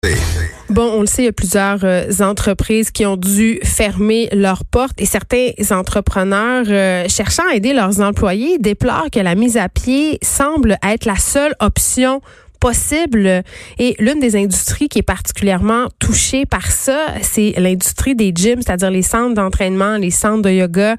Bon, on le sait, il y a plusieurs entreprises qui ont dû fermer leurs portes et certains entrepreneurs cherchant à aider leurs employés déplorent que la mise à pied semble être la seule option possible. Et l'une des industries qui est particulièrement touchée par ça, c'est l'industrie des gyms, c'est-à-dire les centres d'entraînement, les centres de yoga,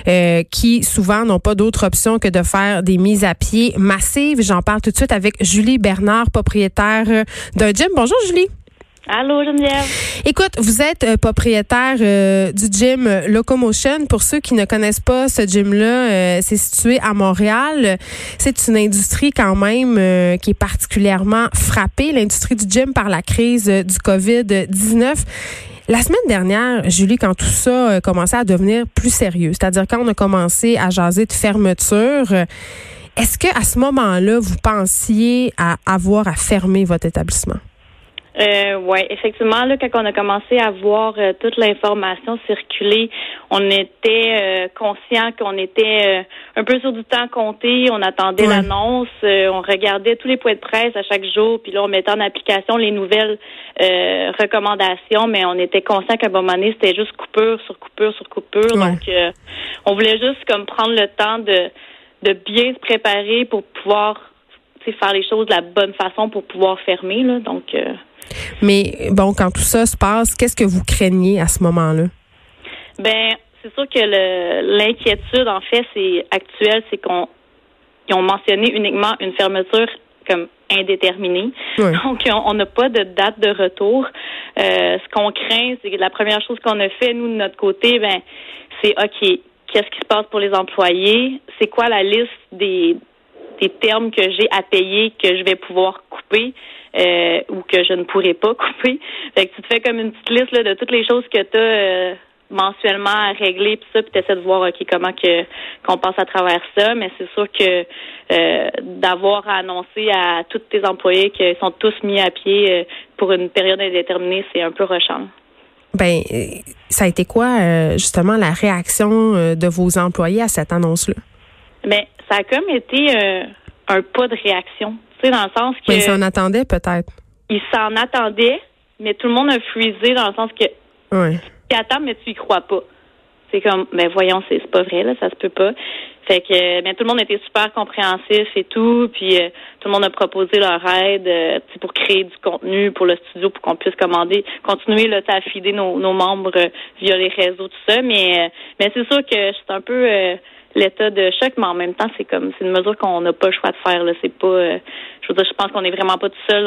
qui souvent n'ont pas d'autre option que de faire des mises à pied massives. J'en parle tout de suite avec Julie Bernard, propriétaire d'un gym. Bonjour Julie. Allô, Geneviève. Écoute, vous êtes propriétaire du gym Locomotion. Pour ceux qui ne connaissent pas ce gym-là, c'est situé à Montréal. C'est une industrie quand même qui est particulièrement frappée, l'industrie du gym, par la crise du COVID-19. La semaine dernière, Julie, quand tout ça commençait à devenir plus sérieux, c'est-à-dire quand on a commencé à jaser de fermeture, est-ce que à ce moment-là, vous pensiez à avoir à fermer votre établissement? Oui, effectivement, là, quand on a commencé à voir toute l'information circuler, on était conscient qu'on était un peu sur du temps compté. On attendait l'annonce, on regardait tous les points de presse à chaque jour, puis là, on mettait en application les nouvelles recommandations, mais on était conscient qu'à un moment donné, c'était juste coupure sur coupure sur coupure. Ouais. Donc, on voulait juste comme prendre le temps de bien se préparer pour pouvoir faire les choses de la bonne façon pour pouvoir fermer, là. Donc, Mais bon, quand tout ça se passe, qu'est-ce que vous craignez à ce moment-là? Ben, c'est sûr que l'inquiétude, en fait, c'est actuelle, c'est qu'ils ont mentionné uniquement une fermeture comme indéterminée. Oui. Donc, on n'a pas de date de retour. Ce qu'on craint, c'est que la première chose qu'on a fait, nous, de notre côté, ben, c'est OK, qu'est-ce qui se passe pour les employés? C'est quoi la liste des termes que j'ai à payer que je vais pouvoir couper ou que je ne pourrai pas couper. Fait que tu te fais comme une petite liste là, de toutes les choses que tu as mensuellement à régler puis ça, puis tu essaies de voir OK comment qu'on passe à travers ça, mais c'est sûr que d'avoir à annoncer à tous tes employés qu'ils sont tous mis à pied pour une période indéterminée, c'est un peu rushant. Ben, ça a été quoi justement la réaction de vos employés à cette annonce-là? Ben, ça a comme été un pas de réaction. Tu sais, dans le sens que. Mais ils s'en attendaient peut-être. Ils s'en attendaient, mais tout le monde a freezé dans le sens que. Oui. Tu attends, mais tu y crois pas. C'est comme, ben voyons, c'est pas vrai, là, ça se peut pas. Fait que, ben tout le monde était super compréhensif et tout, puis tout le monde a proposé leur aide pour créer du contenu pour le studio, pour qu'on puisse continuer là, à fider nos membres via les réseaux, tout ça. Mais c'est sûr que c'est un peu l'état de choc, mais en même temps, c'est une mesure qu'on n'a pas le choix de faire. Là, c'est pas, je pense qu'on est vraiment pas tout seul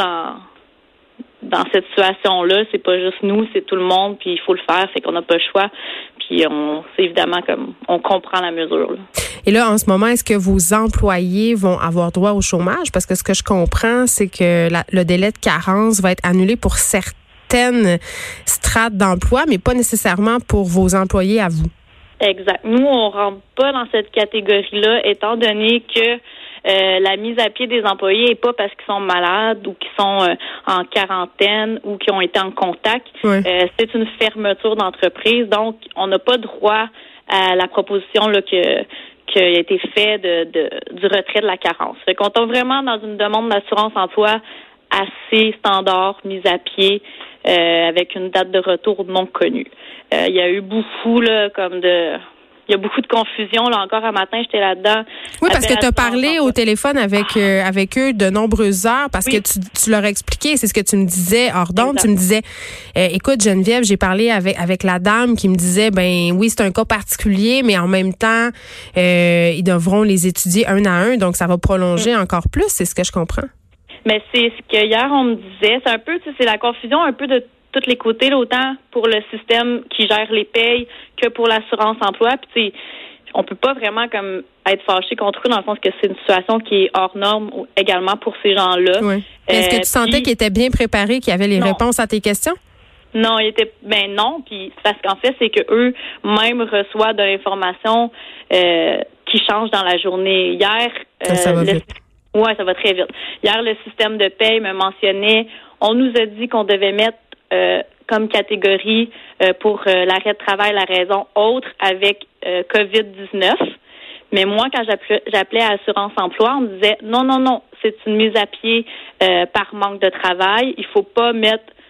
dans cette situation-là. C'est pas juste nous, c'est tout le monde, puis il faut le faire, c'est qu'on n'a pas le choix. Puis c'est évidemment comme on comprend la mesure. Là. Et là, en ce moment, est-ce que vos employés vont avoir droit au chômage? Parce que ce que je comprends, c'est que le délai de carence va être annulé pour certaines strates d'emploi, mais pas nécessairement pour vos employés à vous. Exact. Nous, on rentre pas dans cette catégorie-là, étant donné que la mise à pied des employés n'est pas parce qu'ils sont malades ou qu'ils sont en quarantaine ou qu'ils ont été en contact. Oui. C'est une fermeture d'entreprise, donc on n'a pas droit à la proposition là, qui a été faite du retrait de la carence. Fait qu'on tombe vraiment dans une demande d'assurance emploi assez standard, mise à pied, avec une date de retour non connue. Il y a eu beaucoup là, il y a beaucoup de confusion. Là, encore un matin, j'étais là-dedans. Oui, parce que tu as parlé au téléphone avec eux de nombreuses heures parce que tu leur expliquais, c'est ce que tu me disais hors d'onde. Tu me disais, écoute Geneviève, j'ai parlé avec la dame qui me disait, ben oui, c'est un cas particulier, mais en même temps, ils devront les étudier un à un, donc ça va prolonger encore plus, c'est ce que je comprends. Mais c'est ce que hier on me disait. C'est un peu, c'est la confusion un peu de tous les côtés, là, autant pour le système qui gère les payes que pour l'assurance emploi. Puis on peut pas vraiment comme être fâché contre eux dans le sens que c'est une situation qui est hors norme également pour ces gens-là. Oui. Est-ce que tu sentais qu'ils étaient bien préparés, qu'ils avaient les réponses à tes questions? Non, non. Puis parce qu'en fait, c'est que eux même reçoivent de l'information qui change dans la journée. Hier, ça va vite. Oui, ça va très vite. Hier, le système de paye me mentionnait, on nous a dit qu'on devait mettre comme catégorie pour l'arrêt de travail la raison autre avec COVID-19. Mais moi, quand j'appelais à Assurance Emploi, on me disait non, c'est une mise à pied par manque de travail. Il faut pas mettre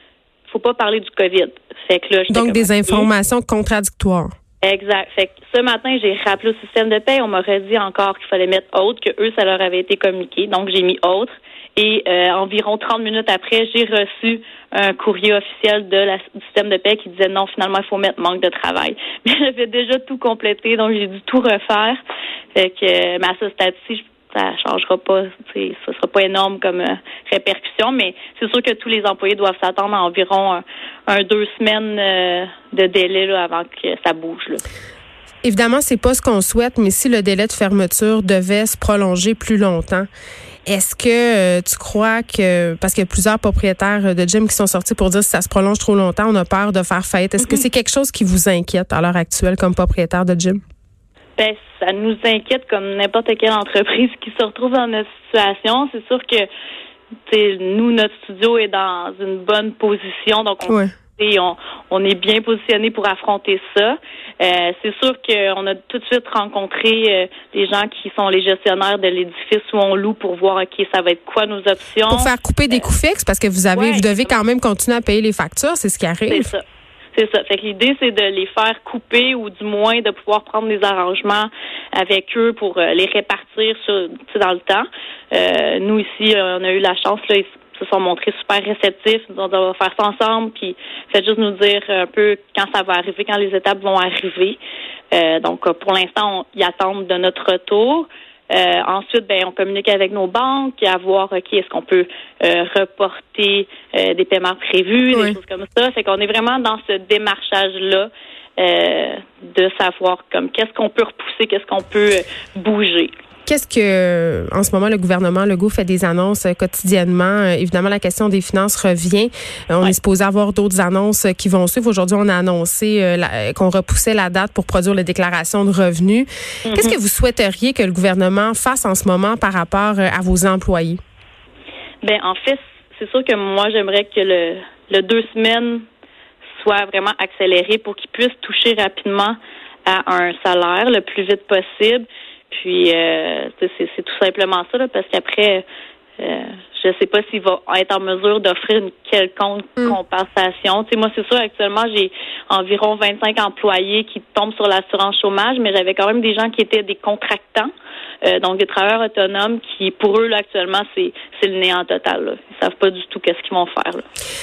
faut pas parler du COVID. Fait que là, donc, des informations contradictoires. Exact. Fait que ce matin, j'ai rappelé au système de paie. On m'aurait dit encore qu'il fallait mettre autre, que eux, ça leur avait été communiqué. Donc, j'ai mis autre. Et environ 30 minutes après, j'ai reçu un courrier officiel du système de paie qui disait non, finalement, il faut mettre manque de travail. Mais j'avais déjà tout complété, donc j'ai dû tout refaire. Fait que, mais à ce stade-ci, ça changera pas, ce sera pas énorme comme répercussion, mais c'est sûr que tous les employés doivent s'attendre à environ 2 semaines de délai là, avant que ça bouge. Là. Évidemment, c'est pas ce qu'on souhaite, mais si le délai de fermeture devait se prolonger plus longtemps, est-ce que tu crois que, parce qu'il y a plusieurs propriétaires de gym qui sont sortis pour dire si ça se prolonge trop longtemps, on a peur de faire faillite. Est-ce que c'est quelque chose qui vous inquiète à l'heure actuelle comme propriétaire de gym? Ben, ça nous inquiète comme n'importe quelle entreprise qui se retrouve dans notre situation. C'est sûr que nous, notre studio est dans une bonne position, donc on est bien positionné pour affronter ça. C'est sûr qu'on a tout de suite rencontré des gens qui sont les gestionnaires de l'édifice où on loue pour voir OK, ça va être quoi nos options. Pour faire couper des coûts fixes parce que vous devez quand même continuer à payer les factures, c'est ce qui arrive. C'est ça. C'est ça. Fait que l'idée, c'est de les faire couper ou du moins de pouvoir prendre des arrangements avec eux pour les répartir dans le temps. Nous, ici, on a eu la chance, là, ils se sont montrés super réceptifs. Ils nous ont dit, on va faire ça ensemble, puis faites juste nous dire un peu quand ça va arriver, quand les étapes vont arriver. Donc, pour l'instant, ils attendent de notre retour. Ensuite, on communique avec nos banques à voir, OK, est-ce qu'on peut reporter des paiements prévus, des choses comme ça. Fait qu'on est vraiment dans ce démarchage-là de savoir comme qu'est-ce qu'on peut repousser, qu'est-ce qu'on peut bouger. Qu'est-ce que, en ce moment, le gouvernement Legault fait des annonces quotidiennement? Évidemment, la question des finances revient. On est supposé avoir d'autres annonces qui vont suivre. Aujourd'hui, on a annoncé qu'on repoussait la date pour produire les déclarations de revenus. Qu'est-ce que vous souhaiteriez que le gouvernement fasse en ce moment par rapport à vos employés? En fait, c'est sûr que moi, j'aimerais que le 2 semaines soit vraiment accéléré pour qu'ils puissent toucher rapidement à un salaire le plus vite possible. Puis, c'est tout simplement ça, là, parce qu'après, je sais pas s'il va être en mesure d'offrir une quelconque compensation. Moi, c'est sûr, actuellement, j'ai environ 25 employés qui tombent sur l'assurance chômage, mais j'avais quand même des gens qui étaient des contractants, donc des travailleurs autonomes qui, pour eux, là, actuellement, c'est le néant total. Là. Ils savent pas du tout qu'est-ce qu'ils vont faire. Là.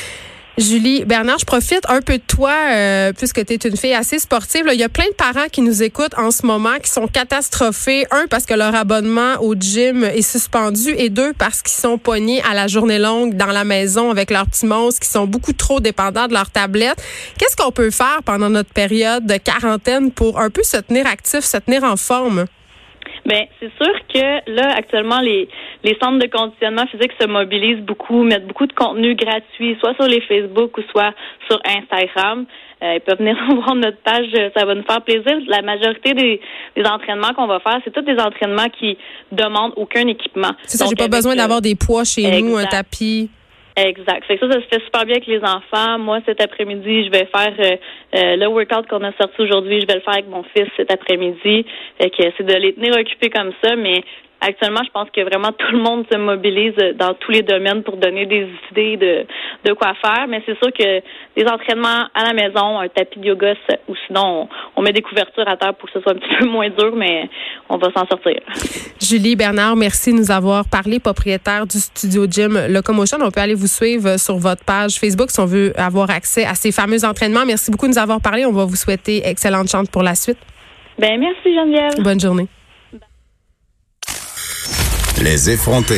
Julie Bernard, je profite un peu de toi puisque tu es une fille assez sportive. Là, il y a plein de parents qui nous écoutent en ce moment qui sont catastrophés. 1, parce que leur abonnement au gym est suspendu et 2, parce qu'ils sont pognés à la journée longue dans la maison avec leurs petits monstres qui sont beaucoup trop dépendants de leur tablette. Qu'est-ce qu'on peut faire pendant notre période de quarantaine pour un peu se tenir actif, se tenir en forme? C'est sûr que là, actuellement, les centres de conditionnement physique se mobilisent beaucoup, mettent beaucoup de contenu gratuit, soit sur les Facebook ou soit sur Instagram. Ils peuvent venir voir notre page, ça va nous faire plaisir. La majorité des entraînements qu'on va faire, c'est tous des entraînements qui demandent aucun équipement. C'est ça, j'ai pas besoin d'avoir des poids chez nous, un tapis. Exact. Fait que ça se fait super bien avec les enfants. Moi, cet après-midi, je vais faire le workout qu'on a sorti aujourd'hui. Je vais le faire avec mon fils cet après-midi. Fait que c'est de les tenir occupés comme ça, mais actuellement, je pense que vraiment tout le monde se mobilise dans tous les domaines pour donner des idées de quoi faire. Mais c'est sûr que des entraînements à la maison, un tapis de yoga, ou sinon on met des couvertures à terre pour que ce soit un petit peu moins dur, mais on va s'en sortir. Julie Bernard, merci de nous avoir parlé, propriétaire du studio gym Locomotion. On peut aller vous suivre sur votre page Facebook si on veut avoir accès à ces fameux entraînements. Merci beaucoup de nous avoir parlé. On va vous souhaiter excellente chance pour la suite. Merci Geneviève. Bonne journée. Les effrontés.